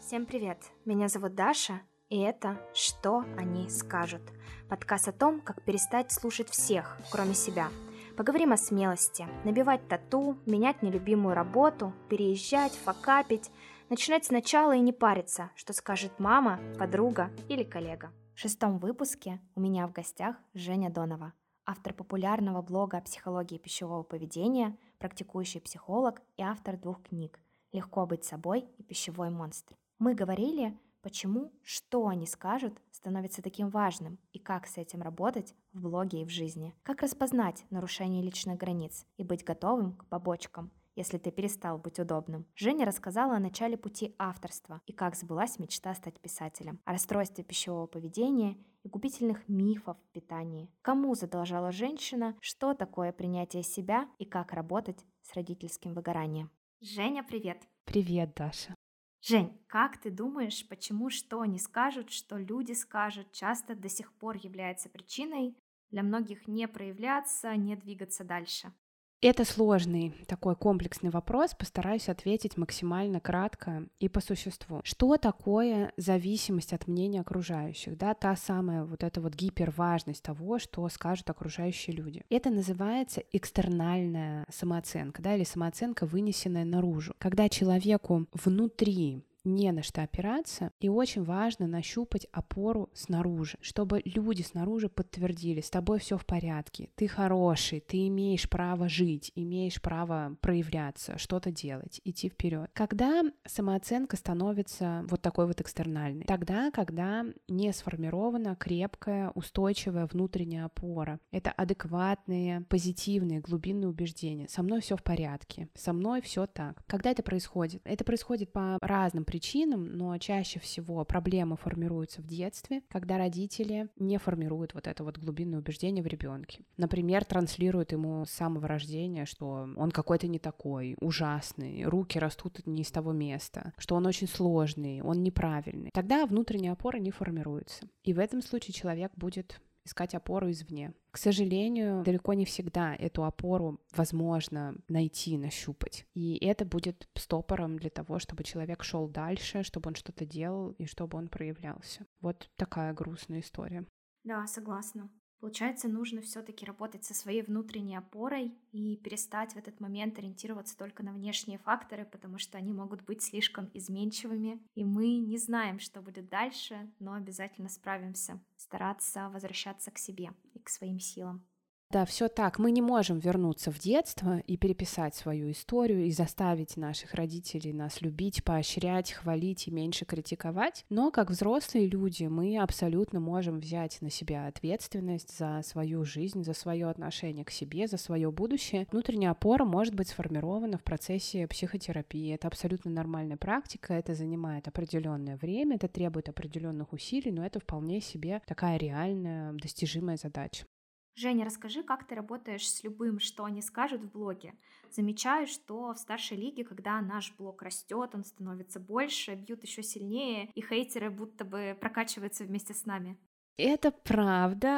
Всем привет! Меня зовут Даша, и это «Что они скажут?» Подкаст о том, как перестать слушать всех, кроме себя. Поговорим о смелости, набивать тату, менять нелюбимую работу, переезжать, факапить, начинать сначала и не париться, что скажет мама, подруга или коллега. В 6-м выпуске у меня в гостях Женя Донова, автор популярного блога о психологии пищевого поведения, практикующий психолог и автор 2 книг «Легко быть собой» и «Пищевой монстр». Мы говорили, почему «Что они скажут» становится таким важным и как с этим работать в блоге и в жизни. Как распознать нарушение личных границ и быть готовым к побочкам, если ты перестал быть удобным. Женя рассказала о начале пути авторства и как сбылась мечта стать писателем, о расстройстве пищевого поведения и губительных мифов в питании. Кому задолжала женщина, что такое принятие себя и как работать с родительским выгоранием. Женя, привет! Привет, Даша. Жень, как ты думаешь, почему «Что они скажут», что люди скажут, часто до сих пор является причиной для многих не проявляться, не двигаться дальше? Это сложный такой комплексный вопрос, постараюсь ответить максимально кратко и по существу. Что такое зависимость от мнения окружающих? Да, та самая вот эта вот гиперважность того, что скажут окружающие люди. Это называется экстернальная самооценка, да, или самооценка, вынесенная наружу. Когда человеку внутри не на что опираться, и очень важно нащупать опору снаружи, чтобы люди снаружи подтвердили: с тобой все в порядке, ты хороший, ты имеешь право жить, имеешь право проявляться, что-то делать, идти вперед. Когда самооценка становится вот такой вот экстернальной? Тогда, когда не сформирована крепкая, устойчивая внутренняя опора. Это адекватные, позитивные, глубинные убеждения. Со мной все в порядке, со мной все так. Когда это происходит? Это происходит по разным причинам, но чаще всего проблемы формируются в детстве, когда родители не формируют вот это вот глубинное убеждение в ребенке. Например, транслируют ему с самого рождения, что он какой-то не такой, ужасный, руки растут не из того места, что он очень сложный, он неправильный. Тогда внутренняя опора не формируется. И в этом случае человек будет искать опору извне. К сожалению, далеко не всегда эту опору возможно найти, нащупать. И это будет стопором для того, чтобы человек шел дальше, чтобы он что-то делал и чтобы он проявлялся. Вот такая грустная история. Да, согласна. Получается, нужно все-таки работать со своей внутренней опорой и перестать в этот момент ориентироваться только на внешние факторы, потому что они могут быть слишком изменчивыми, и мы не знаем, что будет дальше, но обязательно справимся. Стараться возвращаться к себе и к своим силам. Да, все так. Мы не можем вернуться в детство и переписать свою историю и заставить наших родителей нас любить, поощрять, хвалить и меньше критиковать. Но как взрослые люди мы абсолютно можем взять на себя ответственность за свою жизнь, за свое отношение к себе, за свое будущее. Внутренняя опора может быть сформирована в процессе психотерапии. Это абсолютно нормальная практика, это занимает определенное время, это требует определенных усилий, но это вполне себе такая реальная, достижимая задача. Женя, расскажи, как ты работаешь с любым, что они скажут в блоге. Замечаю, что в старшей лиге, когда наш блог растет, он становится больше, бьют еще сильнее, и хейтеры будто бы прокачиваются вместе с нами. Это правда,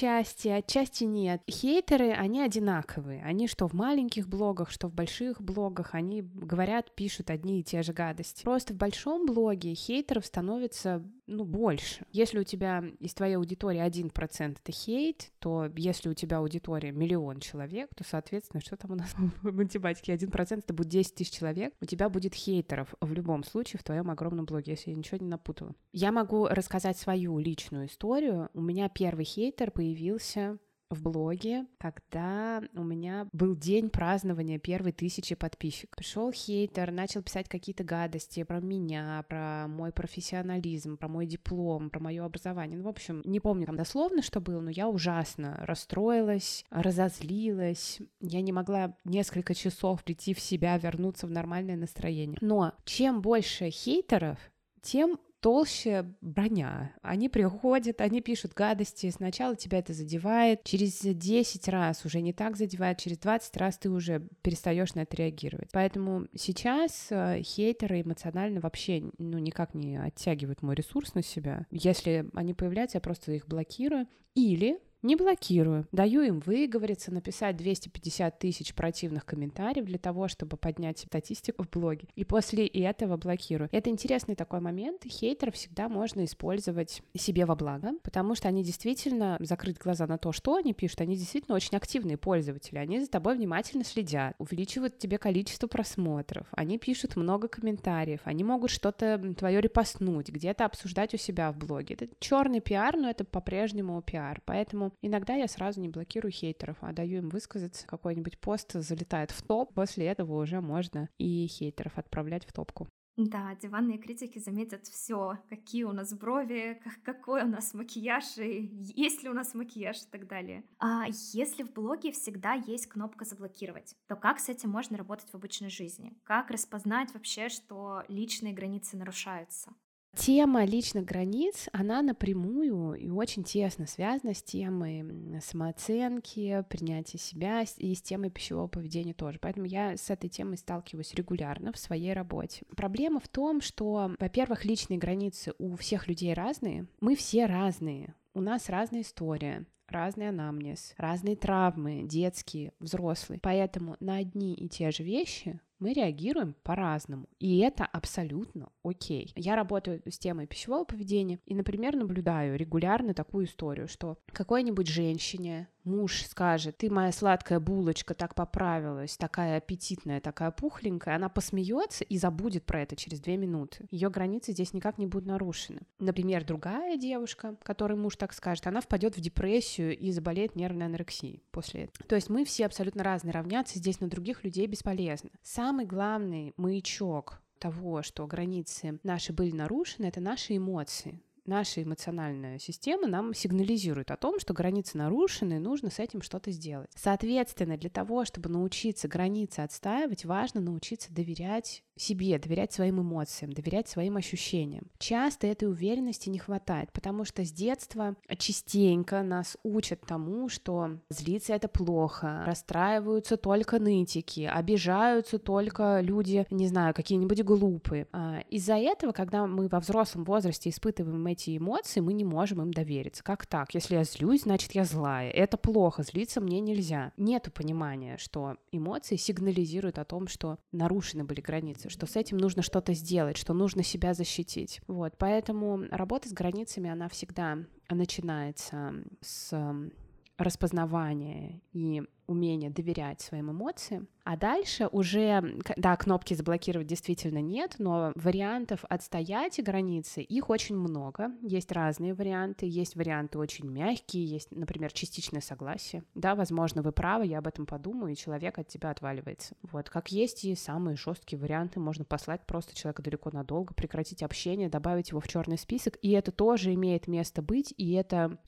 отчасти нет. Хейтеры, они одинаковые. Они что в маленьких блогах, что в больших блогах, они говорят, пишут одни и те же гадости. Просто в большом блоге хейтеров становится, больше. Если у тебя из твоей аудитории 1% это хейт, то если у тебя аудитория 1 миллион человек, то, соответственно, что там у нас в математике? 1% это будет 10 тысяч человек. У тебя будет хейтеров в любом случае в твоем огромном блоге, если я ничего не напутала. Я могу рассказать свою личную историю. У меня первый хейтер появился в блоге, когда у меня был день празднования первой 1000 подписчиков. Пришел хейтер, начал писать какие-то гадости про меня, про мой профессионализм, про мой диплом, про мое образование. В общем, не помню там дословно, что было, но я ужасно расстроилась, разозлилась. Я не могла несколько часов прийти в себя, вернуться в нормальное настроение. Но чем больше хейтеров, тем толще броня. Они приходят, они пишут гадости, сначала тебя это задевает, через 10 раз уже не так задевает, через 20 раз ты уже перестаешь на это реагировать. Поэтому сейчас хейтеры эмоционально вообще никак не оттягивают мой ресурс на себя. Если они появляются, я просто их блокирую. Или Не блокирую, даю им выговориться, написать 250 тысяч противных комментариев для того, чтобы поднять статистику в блоге, и после этого блокирую. Это интересный такой момент, хейтеров всегда можно использовать себе во благо, потому что они действительно, закрыть глаза на то, что они пишут, они действительно очень активные пользователи, они за тобой внимательно следят, увеличивают тебе количество просмотров, они пишут много комментариев, они могут что-то твое репостнуть, где-то обсуждать у себя в блоге. Это черный пиар, но это по-прежнему пиар, поэтому иногда я сразу не блокирую хейтеров, а даю им высказаться, какой-нибудь пост залетает в топ, после этого уже можно и хейтеров отправлять в топку. Да, диванные критики заметят все, какие у нас брови, какой у нас макияж, и есть ли у нас макияж и так далее. А если в блоге всегда есть кнопка «Заблокировать», то как с этим можно работать в обычной жизни? Как распознать вообще, что личные границы нарушаются? Тема личных границ, она напрямую и очень тесно связана с темой самооценки, принятия себя и с темой пищевого поведения тоже. Поэтому я с этой темой сталкиваюсь регулярно в своей работе. Проблема в том, что, во-первых, личные границы у всех людей разные. Мы все разные. У нас разная история, разный анамнез, разные травмы, детские, взрослые. Поэтому на одни и те же вещи мы реагируем по-разному, и это абсолютно окей. Я работаю с темой пищевого поведения и, например, наблюдаю регулярно такую историю, что какой-нибудь женщине муж скажет: ты моя сладкая булочка, так поправилась, такая аппетитная, такая пухленькая, она посмеется и забудет про это через 2 минуты. Ее границы здесь никак не будут нарушены. Например, другая девушка, которой муж так скажет, она впадет в депрессию и заболеет нервной анорексией после этого. То есть мы все абсолютно разные, равняться здесь на других людей бесполезно. Самый главный маячок того, что границы наши были нарушены, это наши эмоции. Наша эмоциональная система нам сигнализирует о том, что границы нарушены, и нужно с этим что-то сделать. Соответственно, для того, чтобы научиться границы отстаивать, важно научиться доверять себе, доверять своим эмоциям, доверять своим ощущениям. Часто этой уверенности не хватает, потому что с детства частенько нас учат тому, что злиться — это плохо, расстраиваются только нытики, обижаются только люди, не знаю, какие-нибудь глупые. Из-за этого, когда мы во взрослом возрасте испытываем эти эмоции, мы не можем им довериться. Как так? Если я злюсь, значит, я злая. Это плохо, злиться мне нельзя. Нету понимания, что эмоции сигнализируют о том, что нарушены были границы, что с этим нужно что-то сделать, что нужно себя защитить. Вот, поэтому работа с границами, она всегда начинается с распознавания и умение доверять своим эмоциям. А дальше уже, да, кнопки заблокировать действительно нет, но вариантов отстоять границы, их очень много. Есть разные варианты, есть варианты очень мягкие, есть, например, частичное согласие. Да, возможно, вы правы, я об этом подумаю, и человек от тебя отваливается. Вот, как есть и самые жесткие варианты, можно послать просто человека далеко надолго, прекратить общение, добавить его в черный список, и это тоже имеет место быть, и это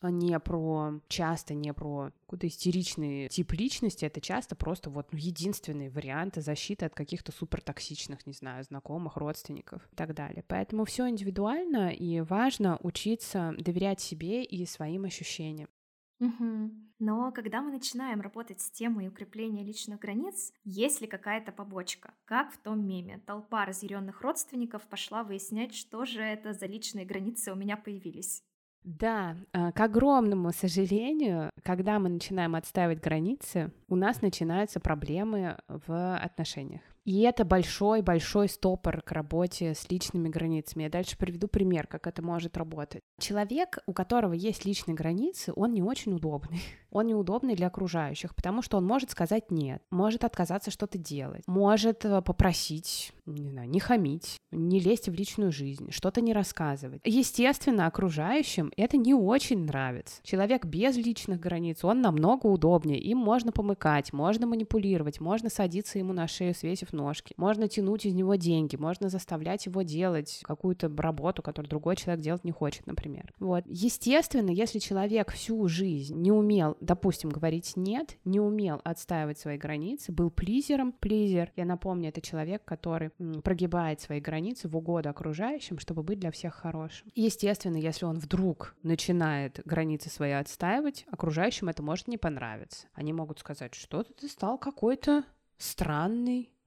часто не про какой-то истеричный тип личности, это часто просто единственные варианты защиты от каких-то супертоксичных, не знаю, знакомых, родственников и так далее. Поэтому все индивидуально, и важно учиться доверять себе и своим ощущениям. Угу. Но когда мы начинаем работать с темой укрепления личных границ, есть ли какая-то побочка? Как в том меме? Толпа разъяренных родственников пошла выяснять, что же это за личные границы у меня появились. Да, к огромному сожалению, когда мы начинаем отстаивать границы, у нас начинаются проблемы в отношениях. И это большой-большой стопор к работе с личными границами. Я дальше приведу пример, как это может работать. Человек, у которого есть личные границы, он не очень удобный. Он неудобный для окружающих, потому что он может сказать «нет», может отказаться что-то делать, может попросить, не знаю, не хамить, не лезть в личную жизнь, что-то не рассказывать. Естественно, окружающим это не очень нравится. Человек без личных границ, он намного удобнее, им можно помыкать, можно манипулировать, можно садиться ему на шею, свесив ножки, можно тянуть из него деньги, можно заставлять его делать какую-то работу, которую другой человек делать не хочет, например. Вот. Естественно, если человек всю жизнь не умел, допустим, говорить «нет», не умел отстаивать свои границы, был плизером. Плизер, я напомню, это человек, который прогибает свои границы в угоду окружающим, чтобы быть для всех хорошим. Естественно, если он вдруг начинает границы свои отстаивать, окружающим это может не понравиться. Они могут сказать: что-то ты стал какой-то странный,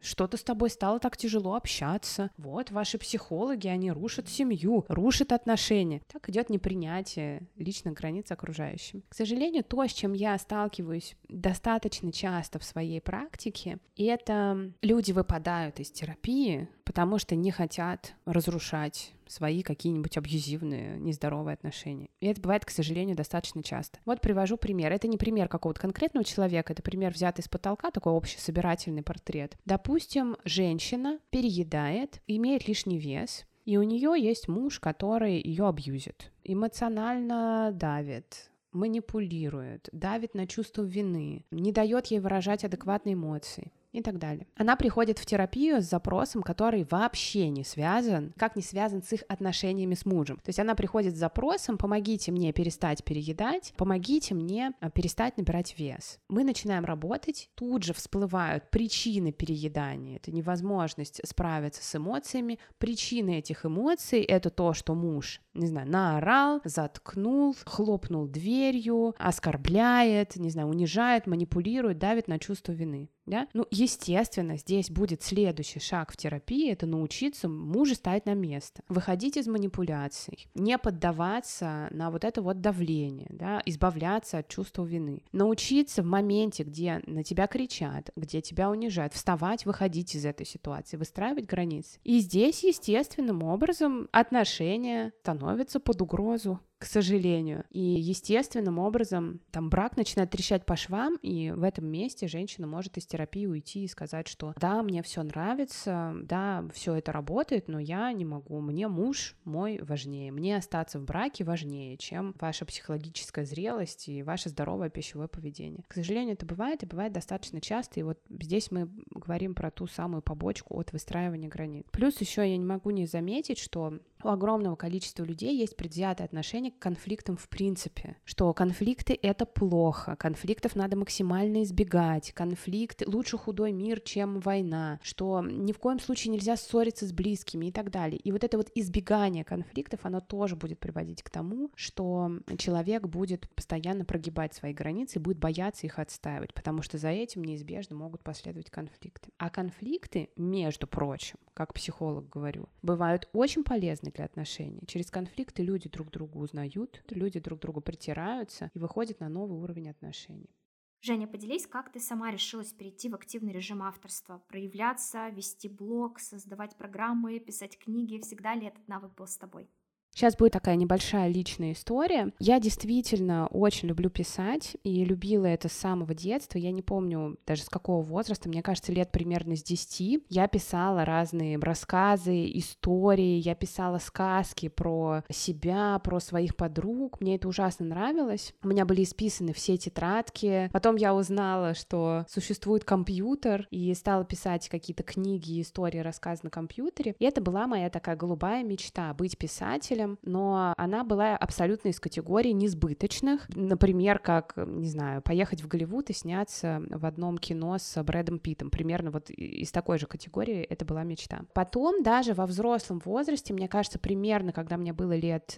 Что-то с тобой стало так тяжело общаться. Вот, ваши психологи, они рушат семью, рушат отношения. Так идет непринятие личных границ окружающим. К сожалению, то, с чем я сталкиваюсь достаточно часто в своей практике, это люди выпадают из терапии, потому что не хотят разрушать свои какие-нибудь абьюзивные, нездоровые отношения. И это бывает, к сожалению, достаточно часто. Вот привожу пример. Это не пример какого-то конкретного человека, это пример, взятый с потолка, такой общесобирательный портрет. Допустим, женщина переедает, имеет лишний вес, и у нее есть муж, который ее абьюзит, эмоционально давит, манипулирует, давит на чувство вины, не дает ей выражать адекватные эмоции и так далее. Она приходит в терапию с запросом, который вообще не связан, как не связан с их отношениями с мужем. То есть она приходит с запросом: помогите мне перестать переедать, помогите мне перестать набирать вес. Мы начинаем работать, тут же всплывают причины переедания, это невозможность справиться с эмоциями. Причины этих эмоций — это то, что муж, не знаю, наорал, заткнул, хлопнул дверью, оскорбляет, не знаю, унижает, манипулирует, давит на чувство вины. Да? Ну, естественно, здесь будет следующий шаг в терапии — это научиться мужа ставить на место, выходить из манипуляций, не поддаваться на вот это вот давление, да? Избавляться от чувства вины, научиться в моменте, где на тебя кричат, где тебя унижают, вставать, выходить из этой ситуации, выстраивать границы. И здесь естественным образом отношения становятся под угрозу, к сожалению. И естественным образом там брак начинает трещать по швам, и в этом месте женщина может из терапии уйти и сказать, что да, мне все нравится, да, все это работает, но я не могу, мне муж мой важнее, мне остаться в браке важнее, чем ваша психологическая зрелость и ваше здоровое пищевое поведение. К сожалению, это бывает, и бывает достаточно часто, и вот здесь мы говорим про ту самую побочку от выстраивания границ. Плюс еще я не могу не заметить, что у огромного количества людей есть предвзятое отношение к конфликтам в принципе, что конфликты — это плохо, конфликтов надо максимально избегать, конфликты — лучше худой мир, чем война, что ни в коем случае нельзя ссориться с близкими и так далее. И вот это вот избегание конфликтов, оно тоже будет приводить к тому, что человек будет постоянно прогибать свои границы и будет бояться их отстаивать, потому что за этим неизбежно могут последовать конфликты. А конфликты, между прочим, как психолог говорю, бывают очень полезны для отношений. Через конфликты люди друг друга узнают, люди друг к другу притираются и выходят на новый уровень отношений. Женя, поделись, как ты сама решилась перейти в активный режим авторства, проявляться, вести блог, создавать программы, писать книги. Всегда ли этот навык был с тобой? Сейчас будет такая небольшая личная история. Я действительно очень люблю писать и любила это с самого детства. Я не помню даже с какого возраста, мне кажется, лет примерно с 10. Я писала разные рассказы, истории, я писала сказки про себя, про своих подруг. Мне это ужасно нравилось. У меня были исписаны все тетрадки. Потом я узнала, что существует компьютер, и стала писать какие-то книги, истории, рассказы на компьютере. И это была моя такая голубая мечта — быть писателем, но она была абсолютно из категории несбыточных. Например, как, не знаю, поехать в Голливуд и сняться в одном кино с Брэдом Питтом. Примерно вот из такой же категории это была мечта. Потом даже во взрослом возрасте, мне кажется, примерно, когда мне было лет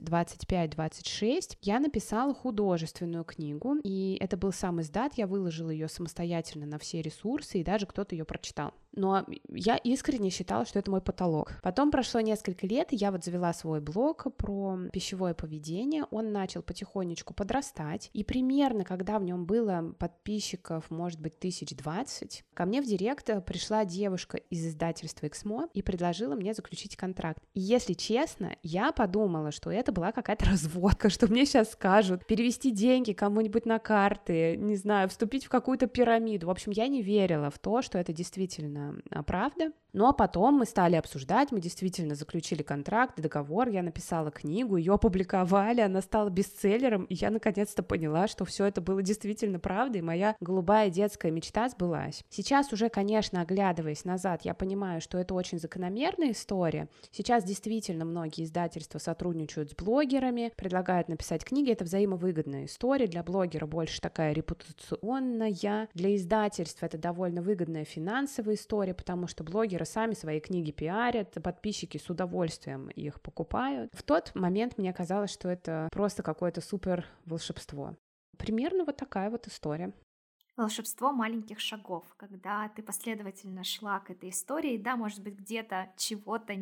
25-26, я написала художественную книгу, и это был сам издат, я выложила ее самостоятельно на все ресурсы, и даже кто-то ее прочитал. Но я искренне считала, что это мой потолок. Потом прошло несколько лет, и я вот завела свой блог про пищевое поведение. Он начал потихонечку подрастать, и примерно, когда в нем было подписчиков, может быть, 1020, ко мне в директ пришла девушка из издательства «Эксмо» и предложила мне заключить контракт. И если честно, я подумала, что это была какая-то разводка, что мне сейчас скажут перевести деньги кому-нибудь на карты, не знаю, вступить в какую-то пирамиду. В общем, я не верила в то, что это действительно правда. Ну а потом мы стали обсуждать, мы действительно заключили контракт, договор, я написала книгу, ее опубликовали, она стала бестселлером, и я наконец-то поняла, что все это было действительно правдой, и моя голубая детская мечта сбылась. Сейчас уже, конечно, оглядываясь назад, я понимаю, что это очень закономерная история. Сейчас действительно многие издательства сотрудничают с блогерами, предлагают написать книги, это взаимовыгодная история, для блогера больше такая репутационная, для издательства это довольно выгодная финансовая история, потому что блогеры сами свои книги пиарят, подписчики с удовольствием их покупают. В тот момент мне казалось, что это просто какое-то супер волшебство. Примерно вот такая вот история. Волшебство маленьких шагов, когда ты последовательно шла к этой истории, да, может быть, где-то чего-то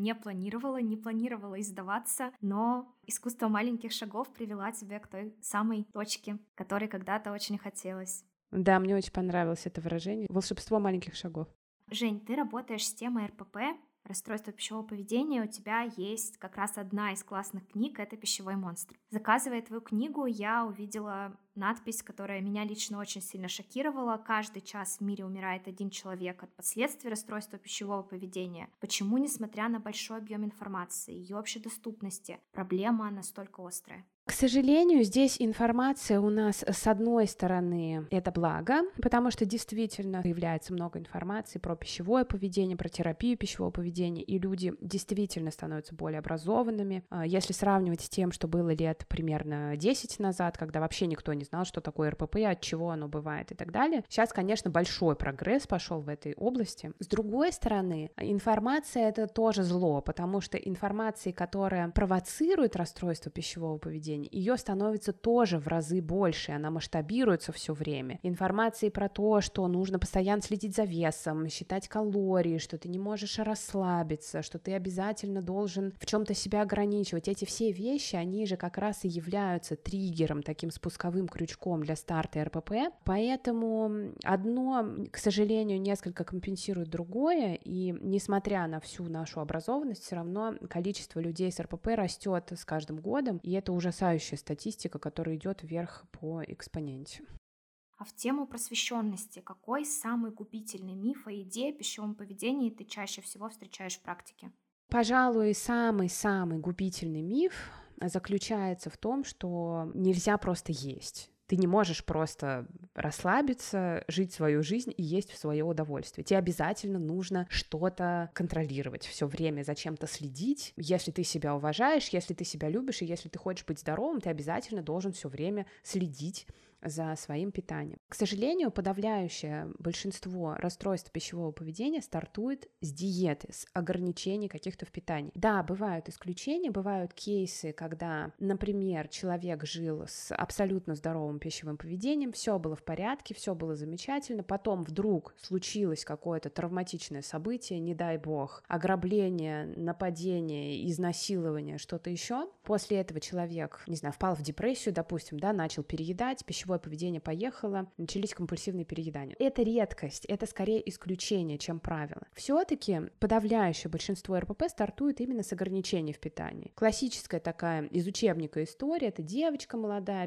не планировала издаваться, но искусство маленьких шагов привела тебя к той самой точке, которой когда-то очень хотелось. Да, мне очень понравилось это выражение «волшебство маленьких шагов». Жень, ты работаешь с темой РПП, расстройство пищевого поведения, у тебя есть как раз одна из классных книг, это «Пищевой монстр». Заказывая твою книгу, я увидела надпись, которая меня лично очень сильно шокировала. Каждый час в мире умирает один человек от последствий расстройства пищевого поведения. Почему, несмотря на большой объем информации, ее общедоступности, проблема настолько острая? К сожалению, здесь информация у нас, с одной стороны, это благо, потому что действительно появляется много информации про пищевое поведение, про терапию пищевого поведения, и люди действительно становятся более образованными. Если сравнивать с тем, что было лет примерно 10 назад, когда вообще никто не знал, что такое РПП, от чего оно бывает и так далее, сейчас, конечно, большой прогресс пошел в этой области. С другой стороны, информация — это тоже зло, потому что информации, которая провоцирует расстройство пищевого поведения, ее становится тоже в разы больше, она масштабируется все время. Информации про то, что нужно постоянно следить за весом, считать калории, что ты не можешь расслабиться, что ты обязательно должен в чем-то себя ограничивать. Эти все вещи, они же как раз и являются триггером, таким спусковым крючком для старта РПП. Поэтому одно, к сожалению, несколько компенсирует другое, и несмотря на всю нашу образованность, все равно количество людей с РПП растет с каждым годом, и это ужасающая статистика, которая идет вверх по экспоненте. А в тему просвещенности, какой самый губительный миф о еде и пищевом поведении ты чаще всего встречаешь в практике? Пожалуй, самый-самый губительный миф заключается в том, что нельзя просто есть. Ты не можешь просто расслабиться, жить свою жизнь и есть в свое удовольствие. Тебе обязательно нужно что-то контролировать все время, за чем-то следить. Если ты себя уважаешь, если ты себя любишь, и если ты хочешь быть здоровым, ты обязательно должен все время следить за своим питанием. К сожалению, подавляющее большинство расстройств пищевого поведения стартует с диеты, с ограничений каких-то в питании. Да, бывают исключения, бывают кейсы, когда, например, человек жил с абсолютно здоровым пищевым поведением, все было в порядке, все было замечательно, потом вдруг случилось какое-то травматичное событие, не дай бог, ограбление, нападение, изнасилование, что-то еще. После этого человек, не знаю, впал в депрессию, допустим, да, начал переедать, пищевое поведение поехало, начались компульсивные переедания. Это редкость, это скорее исключение, чем правило. Все-таки подавляющее большинство РПП стартует именно с ограничений в питании. Классическая такая из учебника история — это девочка молодая,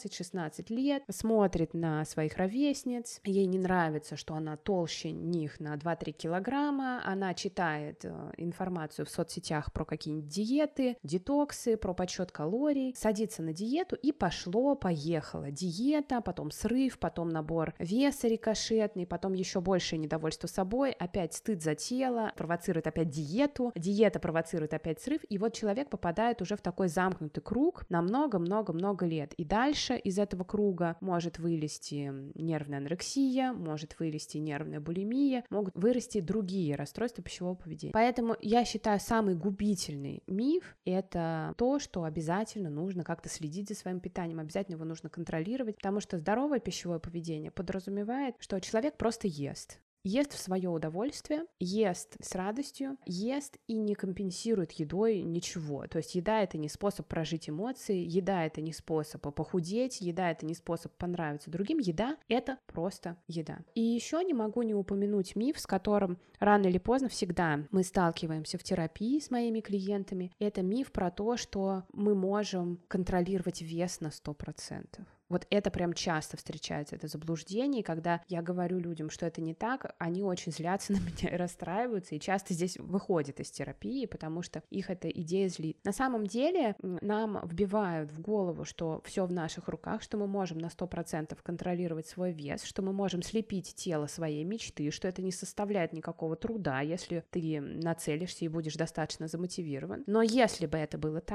15-16 лет, смотрит на своих ровесниц, ей не нравится, что она толще них на 2-3 килограмма, она читает информацию в соцсетях про какие-нибудь диеты, детоксы, про подсчет калорий, садится на диету и пошло-поехало. Диета, потом срыв, потом набор веса рикошетный, потом еще большее недовольство собой, опять стыд за тело, провоцирует опять диету, диета провоцирует опять срыв, и вот человек попадает уже в такой замкнутый круг на много-много-много лет. И дальше из этого круга может вылезти нервная анорексия, может вылезти нервная булимия, могут вырасти другие расстройства пищевого поведения. Поэтому я считаю, самый губительный миф — это то, что обязательно нужно как-то следить за своим питанием, обязательно его нужно контролировать, потому что здоровое пищевое поведение подразумевает, что человек просто ест. Ест в свое удовольствие, ест с радостью, ест и не компенсирует едой ничего. То есть еда — это не способ прожить эмоции, еда — это не способ похудеть, еда — это не способ понравиться другим, еда — это просто еда. И еще не могу не упомянуть миф, с которым рано или поздно всегда мы сталкиваемся в терапии с моими клиентами. Это миф про то, что мы можем контролировать вес на 100%. Вот это прям часто встречается, это заблуждение, и когда я говорю людям, что это не так, они очень злятся на меня и расстраиваются, и часто здесь выходят из терапии, потому что их эта идея злит. На самом деле нам вбивают в голову, что все в наших руках, что мы можем на 100% контролировать свой вес, что мы можем слепить тело своей мечты, что это не составляет никакого труда, если ты нацелишься и будешь достаточно замотивирован. Но если бы это было так,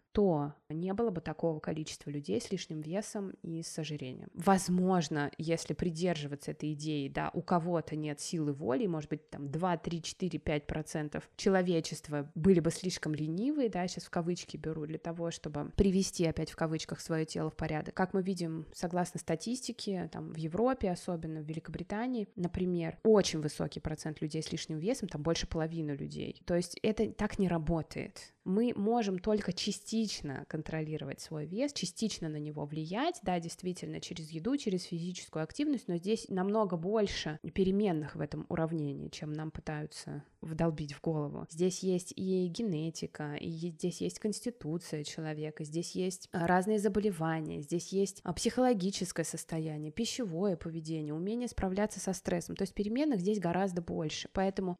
то не было бы такого количества людей с лишним весом и с ожирением. Возможно, если придерживаться этой идеи, да, у кого-то нет силы воли, может быть, там 2, 3, 4, 5% человечества были бы слишком ленивые, да, сейчас в кавычки беру, для того, чтобы привести опять в кавычках свое тело в порядок. Как мы видим, согласно статистике, там в Европе, особенно в Великобритании, например, очень высокий процент людей с лишним весом, там больше половины людей. То есть это так не работает. Мы можем только частично контролировать свой вес, частично на него влиять, да, действительно, через еду, через физическую активность, но здесь намного больше переменных в этом уравнении, чем нам пытаются вдолбить в голову. Здесь есть и генетика, и здесь есть конституция человека, здесь есть разные заболевания, здесь есть психологическое состояние, пищевое поведение, умение справляться со стрессом. То есть переменных здесь гораздо больше. Поэтому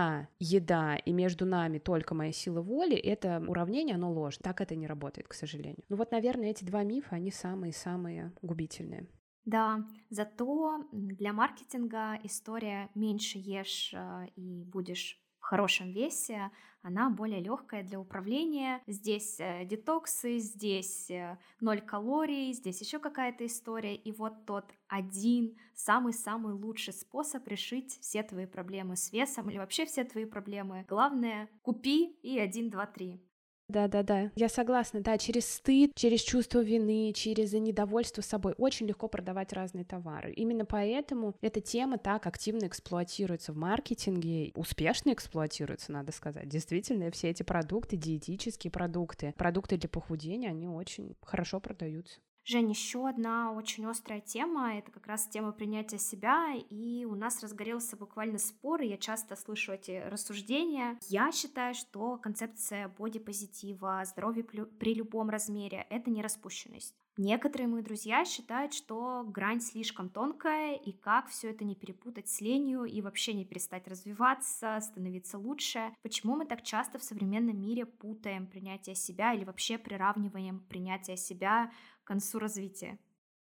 еда и между нами только моя сила воли — это уравнение, оно ложно. Так это не работает, к сожалению. Ну вот, наверное, эти два мифа, они самые-самые губительные. Да, зато для маркетинга история «меньше ешь и будешь в хорошем весе», она более легкая для управления. Здесь детоксы, здесь 0 калорий, здесь еще какая-то история. И вот тот один, самый-самый лучший способ решить все твои проблемы с весом или вообще все твои проблемы. Главное, купи и 1, 2, 3. Да, я согласна, да, через стыд, через чувство вины, через недовольство собой очень легко продавать разные товары. Именно поэтому эта тема так активно эксплуатируется в маркетинге, успешно эксплуатируется, надо сказать. Действительно, все эти продукты, диетические продукты, продукты для похудения, они очень хорошо продаются. Жень, еще одна очень острая тема — это как раз тема принятия себя, и у нас разгорелся буквально спор, и я часто слышу эти рассуждения. Я считаю, что концепция бодипозитива, здоровья при любом размере — это не распущенность. Некоторые мои друзья считают, что грань слишком тонкая, и как все это не перепутать с ленью и вообще не перестать развиваться, становиться лучше. Почему мы так часто в современном мире путаем принятие себя или вообще приравниваем принятие себя к концу развития?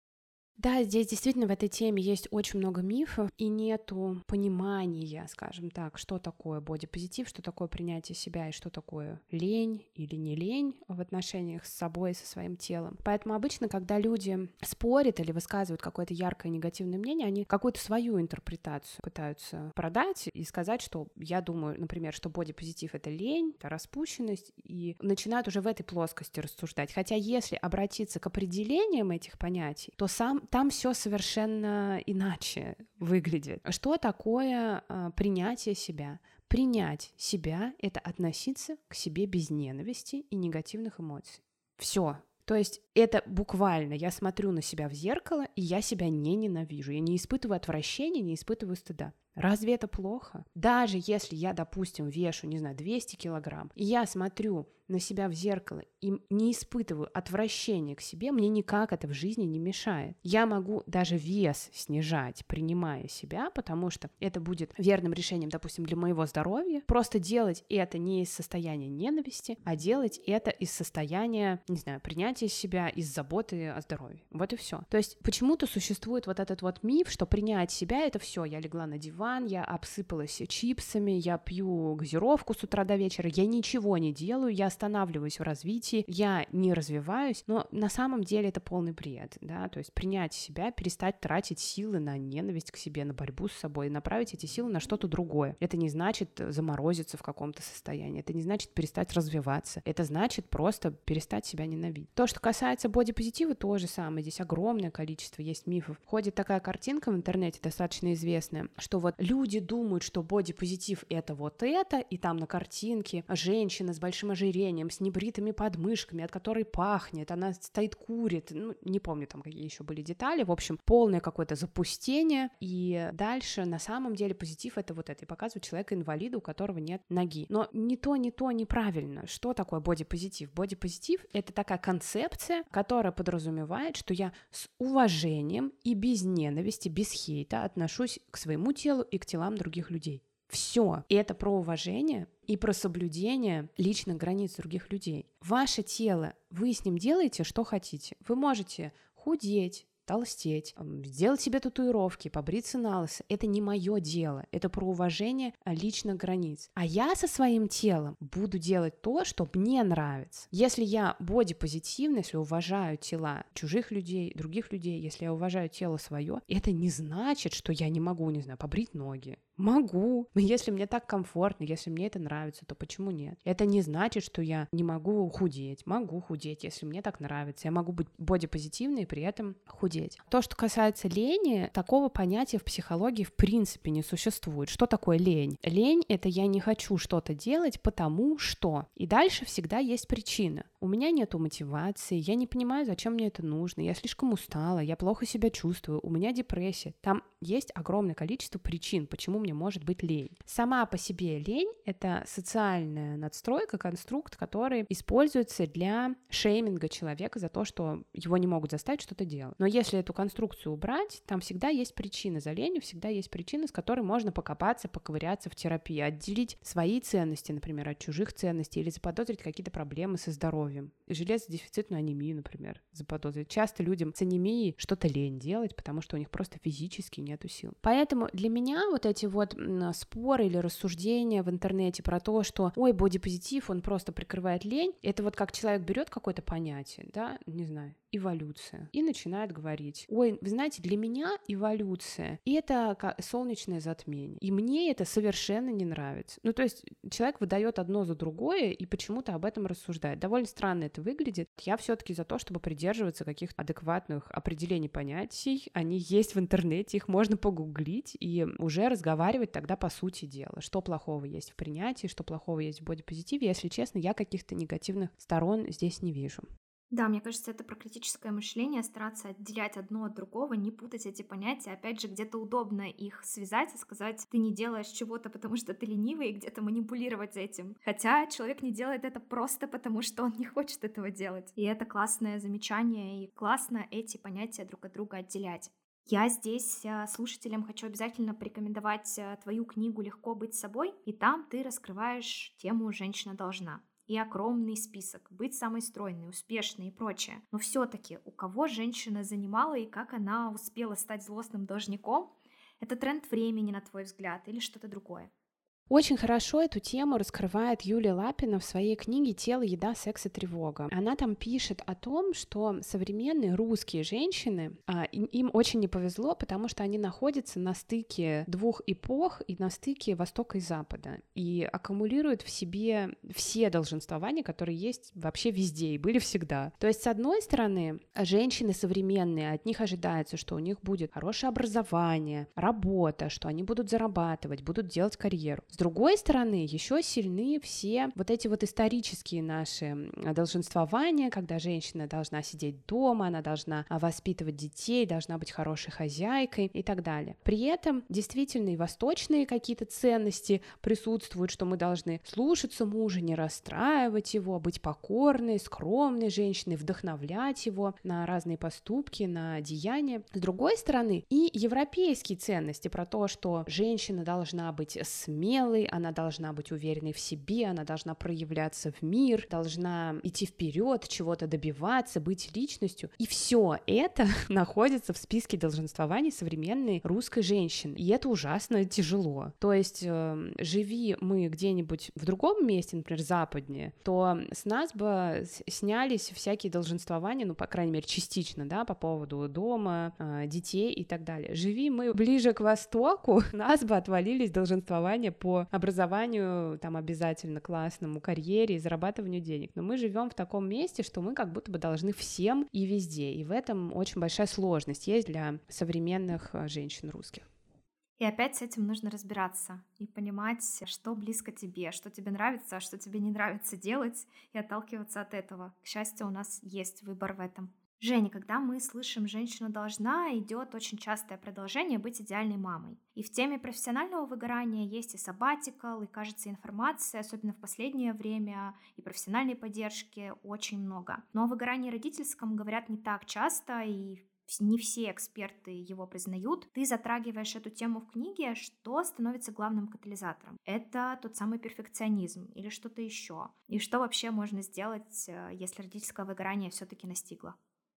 Да, здесь действительно в этой теме есть очень много мифов, и нету понимания, скажем так, что такое бодипозитив, что такое принятие себя и что такое лень или не лень в отношениях с собой и со своим телом. Поэтому обычно, когда люди спорят или высказывают какое-то яркое негативное мнение, они какую-то свою интерпретацию пытаются продать и сказать, что я думаю, например, что бодипозитив — это лень, это распущенность, и начинают уже в этой плоскости рассуждать. Хотя если обратиться к определениям этих понятий, то там все совершенно иначе выглядит. Что такое принятие себя? Принять себя — это относиться к себе без ненависти и негативных эмоций. Все. То есть это буквально я смотрю на себя в зеркало, и я себя не ненавижу. Я не испытываю отвращения, не испытываю стыда. Разве это плохо? Даже если я, допустим, вешу, 200 килограмм, и я смотрю на себя в зеркало и не испытываю отвращения к себе, мне никак это в жизни не мешает. Я могу даже вес снижать, принимая себя, потому что это будет верным решением, допустим, для моего здоровья. Просто делать это не из состояния ненависти, а делать это из состояния, принятия себя, из заботы о здоровье. Вот и все. То есть почему-то существует вот этот вот миф, что принять себя — это все. Я легла на диван, я обсыпалась чипсами, я пью газировку с утра до вечера, я ничего не делаю, я останавливаюсь в развитии, я не развиваюсь, но на самом деле это полный бред, да, то есть принять себя, перестать тратить силы на ненависть к себе, на борьбу с собой, направить эти силы на что-то другое. Это не значит заморозиться в каком-то состоянии, это не значит перестать развиваться, это значит просто перестать себя ненавидеть. То, что касается бодипозитива, то же самое, здесь огромное количество есть мифов. Ходит такая картинка в интернете, достаточно известная, что вот люди думают, что бодипозитив — это вот это, и там на картинке женщина с большим ожирением, с небритыми подмышками, от которой пахнет, она стоит, курит, не помню там какие еще были детали, в общем, полное какое-то запустение, и дальше на самом деле позитив — это вот это, и показывают человека-инвалида, у которого нет ноги. Но не то неправильно. Что такое бодипозитив? Бодипозитив — это такая концепция, которая подразумевает, что я с уважением и без ненависти, без хейта отношусь к своему телу и к телам других людей. Все. И это про уважение и про соблюдение личных границ других людей. Ваше тело, вы с ним делаете, что хотите. Вы можете худеть, потолстеть, сделать себе татуировки, побриться на лысо. Это не мое дело. Это про уважение личных границ. А я со своим телом буду делать то, что мне нравится. Если я бодипозитивна, если уважаю тела чужих людей, других людей, если я уважаю тело свое, это не значит, что я не могу, не знаю, побрить ноги. Могу. Но если мне так комфортно, если мне это нравится, то почему нет? Это не значит, что я не могу худеть. Могу худеть, если мне так нравится. Я могу быть бодипозитивной и при этом худеть. То, что касается лени, такого понятия в психологии в принципе не существует. Что такое лень? Лень — это я не хочу что-то делать, потому что. И дальше всегда есть причина. У меня нету мотивации, я не понимаю, зачем мне это нужно, я слишком устала, я плохо себя чувствую, у меня депрессия. Там есть огромное количество причин, почему мне может быть лень. Сама по себе лень — это социальная надстройка, конструкт, который используется для шейминга человека за то, что его не могут заставить что-то делать. Но если эту конструкцию убрать, там всегда есть причина за ленью, всегда есть причина, с которой можно покопаться, поковыряться в терапии, отделить свои ценности, например, от чужих ценностей или заподозрить какие-то проблемы со здоровьем. Железодефицитную анемию, например, заподозрить. Часто людям с анемией что-то лень делать, потому что у них просто физически нету сил. Поэтому для меня вот эти вот споры или рассуждения в интернете про то, что ой, бодипозитив, он просто прикрывает лень, это вот как человек берет какое-то понятие, да, не знаю, эволюция, и начинает говорить: ой, вы знаете, для меня эволюция — это как солнечное затмение, и мне это совершенно не нравится. Ну, то есть человек выдает одно за другое и почему-то об этом рассуждает. Довольно странно это выглядит. Я все-таки за то, чтобы придерживаться каких-то адекватных определений понятий. Они есть в интернете, их можно погуглить и уже разговаривать тогда по сути дела. Что плохого есть в принятии, что плохого есть в бодипозитиве. Если честно, я каких-то негативных сторон здесь не вижу. Да, мне кажется, это про критическое мышление, стараться отделять одно от другого, не путать эти понятия. Опять же, где-то удобно их связать и сказать: ты не делаешь чего-то, потому что ты ленивый, и где-то манипулировать этим. Хотя человек не делает это просто потому, что он не хочет этого делать. И это классное замечание, и классно эти понятия друг от друга отделять. Я здесь слушателям хочу обязательно порекомендовать твою книгу «Легко быть собой», и там ты раскрываешь тему «Женщина должна». И огромный список: быть самой стройной, успешной и прочее. Но все-таки у кого женщина занимала и как она успела стать злостным должником? Это тренд времени, на твой взгляд, или что-то другое? Очень хорошо эту тему раскрывает Юлия Лапина в своей книге «Тело, еда, секс и тревога». Она там пишет о том, что современные русские женщины, им очень не повезло, потому что они находятся на стыке двух эпох и на стыке Востока и Запада, и аккумулируют в себе все долженствования, которые есть вообще везде и были всегда. То есть, с одной стороны, женщины современные, от них ожидается, что у них будет хорошее образование, работа, что они будут зарабатывать, будут делать карьеру. С другой стороны, еще сильны все вот эти вот исторические наши долженствования, когда женщина должна сидеть дома, она должна воспитывать детей, должна быть хорошей хозяйкой и так далее. При этом действительно и восточные какие-то ценности присутствуют, что мы должны слушаться мужа, не расстраивать его, быть покорной, скромной женщиной, вдохновлять его на разные поступки, на деяния. С другой стороны, и европейские ценности про то, что женщина должна быть смелой, она должна быть уверенной в себе, она должна проявляться в мир, должна идти вперед, чего-то добиваться, быть личностью. И все это находится в списке долженствований современной русской женщины. И это ужасно тяжело. То есть, живи мы где-нибудь в другом месте, например, западнее, то с нас бы снялись всякие долженствования, ну, по крайней мере, частично, да, по поводу дома, детей и так далее. Живи мы ближе к Востоку, нас бы отвалились долженствования по образованию, там, обязательно классному, карьере и зарабатыванию денег. Но мы живем в таком месте, что мы как будто бы должны всем и везде. И в этом очень большая сложность есть для современных женщин русских. И опять с этим нужно разбираться и понимать, что близко тебе, что тебе нравится, а что тебе не нравится делать, и отталкиваться от этого. К счастью, у нас есть выбор в этом. Женя, когда мы слышим «женщина должна», идет очень частое продолжение быть идеальной мамой. И в теме профессионального выгорания есть и сабатикал, и, кажется, информации, особенно в последнее время, и профессиональной поддержки очень много. Но о выгорании родительском говорят не так часто, и не все эксперты его признают. Ты затрагиваешь эту тему в книге, что становится главным катализатором. Это тот самый перфекционизм или что-то еще? И что вообще можно сделать, если родительское выгорание все-таки настигло?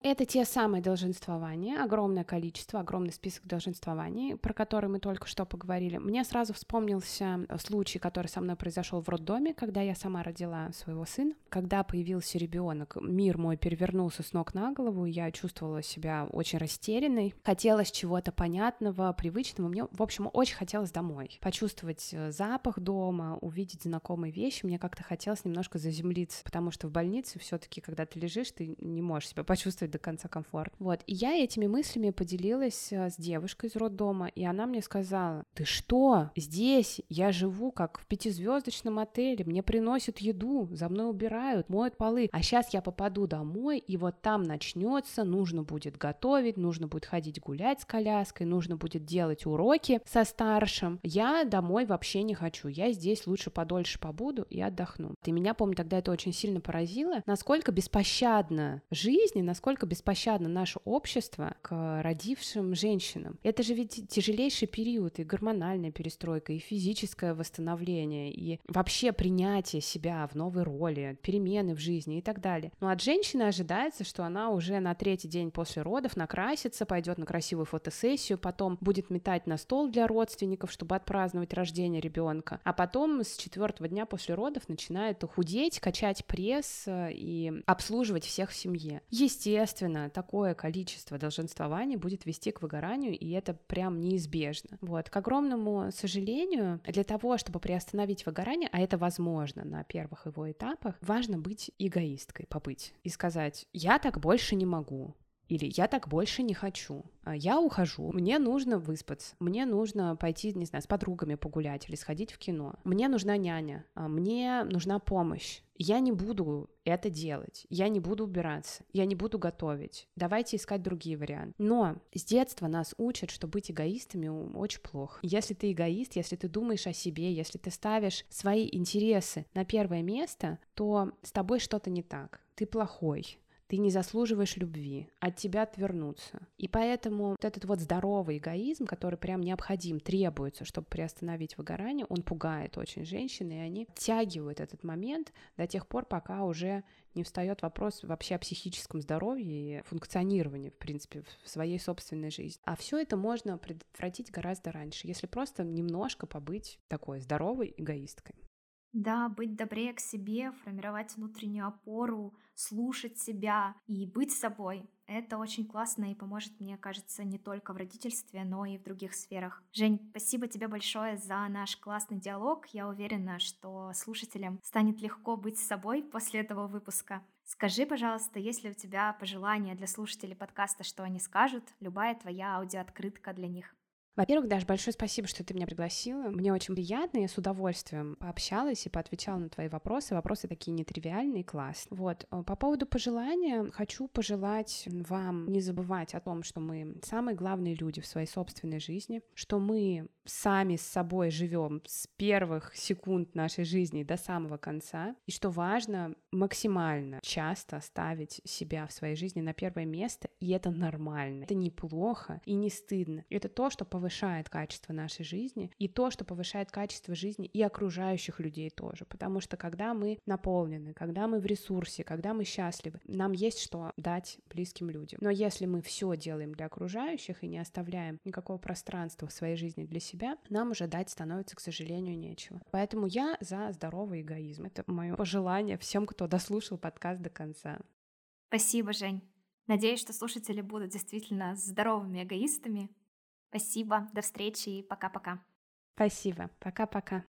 Это те самые долженствования, огромное количество, огромный список долженствований, про которые мы только что поговорили. Мне сразу вспомнился случай, который со мной произошел в роддоме, когда я сама родила своего сына. Когда появился ребенок, мир мой перевернулся с ног на голову, я чувствовала себя очень растерянной, хотелось чего-то понятного, привычного. Мне, в общем, очень хотелось домой, почувствовать запах дома, увидеть знакомые вещи. Мне как-то хотелось немножко заземлиться, потому что в больнице все-таки, когда ты лежишь, ты не можешь себя почувствовать до конца комфорт. Вот. И я этими мыслями поделилась с девушкой из роддома, и она мне сказала: ты что? Здесь я живу как в 5-звездочном отеле, мне приносят еду, за мной убирают, моют полы, а сейчас я попаду домой, и вот там начнется, нужно будет готовить, нужно будет ходить гулять с коляской, нужно будет делать уроки со старшим. Я домой вообще не хочу, я здесь лучше подольше побуду и отдохну. И меня, помню, тогда это очень сильно поразило, насколько беспощадна жизнь и насколько беспощадно наше общество к родившим женщинам. Это же ведь тяжелейший период, и гормональная перестройка, и физическое восстановление, и вообще принятие себя в новой роли, перемены в жизни и так далее. Но от женщины ожидается, что она уже на 3-й день после родов накрасится, пойдет на красивую фотосессию, потом будет метать на стол для родственников, чтобы отпраздновать рождение ребенка, а потом с 4-го дня после родов начинает худеть, качать пресс и обслуживать всех в семье. Естественно, такое количество долженствований будет вести к выгоранию, и это прям неизбежно. Вот. К огромному сожалению, для того, чтобы приостановить выгорание, а это возможно на первых его этапах, важно быть эгоисткой, побыть и сказать: я так больше не могу. Или я так больше не хочу. Я ухожу, мне нужно выспаться, мне нужно пойти, не знаю, с подругами погулять или сходить в кино. Мне нужна няня, мне нужна помощь. Я не буду это делать, я не буду убираться, я не буду готовить. Давайте искать другие варианты. Но с детства нас учат, что быть эгоистами очень плохо. Если ты эгоист, если ты думаешь о себе, если ты ставишь свои интересы на первое место, то с тобой что-то не так. Ты плохой. Ты не заслуживаешь любви, от тебя отвернутся. И поэтому вот этот вот здоровый эгоизм, который прям необходим, требуется, чтобы приостановить выгорание, он пугает очень женщин, и они оттягивают этот момент до тех пор, пока уже не встает вопрос вообще о психическом здоровье и функционировании, в принципе, в своей собственной жизни. А все это можно предотвратить гораздо раньше, если просто немножко побыть такой здоровой эгоисткой. Да, быть добрее к себе, формировать внутреннюю опору, слушать себя и быть собой. Это очень классно и поможет, мне кажется, не только в родительстве, но и в других сферах. Жень, спасибо тебе большое за наш классный диалог. Я уверена, что слушателям станет легко быть собой после этого выпуска. Скажи, пожалуйста, есть ли у тебя пожелания для слушателей подкаста, что они скажут? Любая твоя аудиооткрытка для них. Во-первых, Даш, большое спасибо, что ты меня пригласила. Мне очень приятно, я с удовольствием пообщалась и поотвечала на твои вопросы. Вопросы такие нетривиальные и классные. Вот. По поводу пожелания, хочу пожелать вам не забывать о том, что мы самые главные люди в своей собственной жизни, что мы сами с собой живем с первых секунд нашей жизни до самого конца, и что важно максимально часто ставить себя в своей жизни на первое место, и это нормально, это неплохо и не стыдно. Это то, что повышает качество нашей жизни, и то, что повышает качество жизни и окружающих людей тоже, потому что когда мы наполнены, когда мы в ресурсе, когда мы счастливы, нам есть что дать близким людям. Но если мы все делаем для окружающих и не оставляем никакого пространства в своей жизни для себя, нам уже дать становится, к сожалению, нечего. Поэтому я за здоровый эгоизм. Это мое пожелание всем, кто дослушал подкаст до конца. Спасибо, Жень. Надеюсь, что слушатели будут действительно здоровыми эгоистами. Спасибо, до встречи и пока-пока. Спасибо. Пока-пока.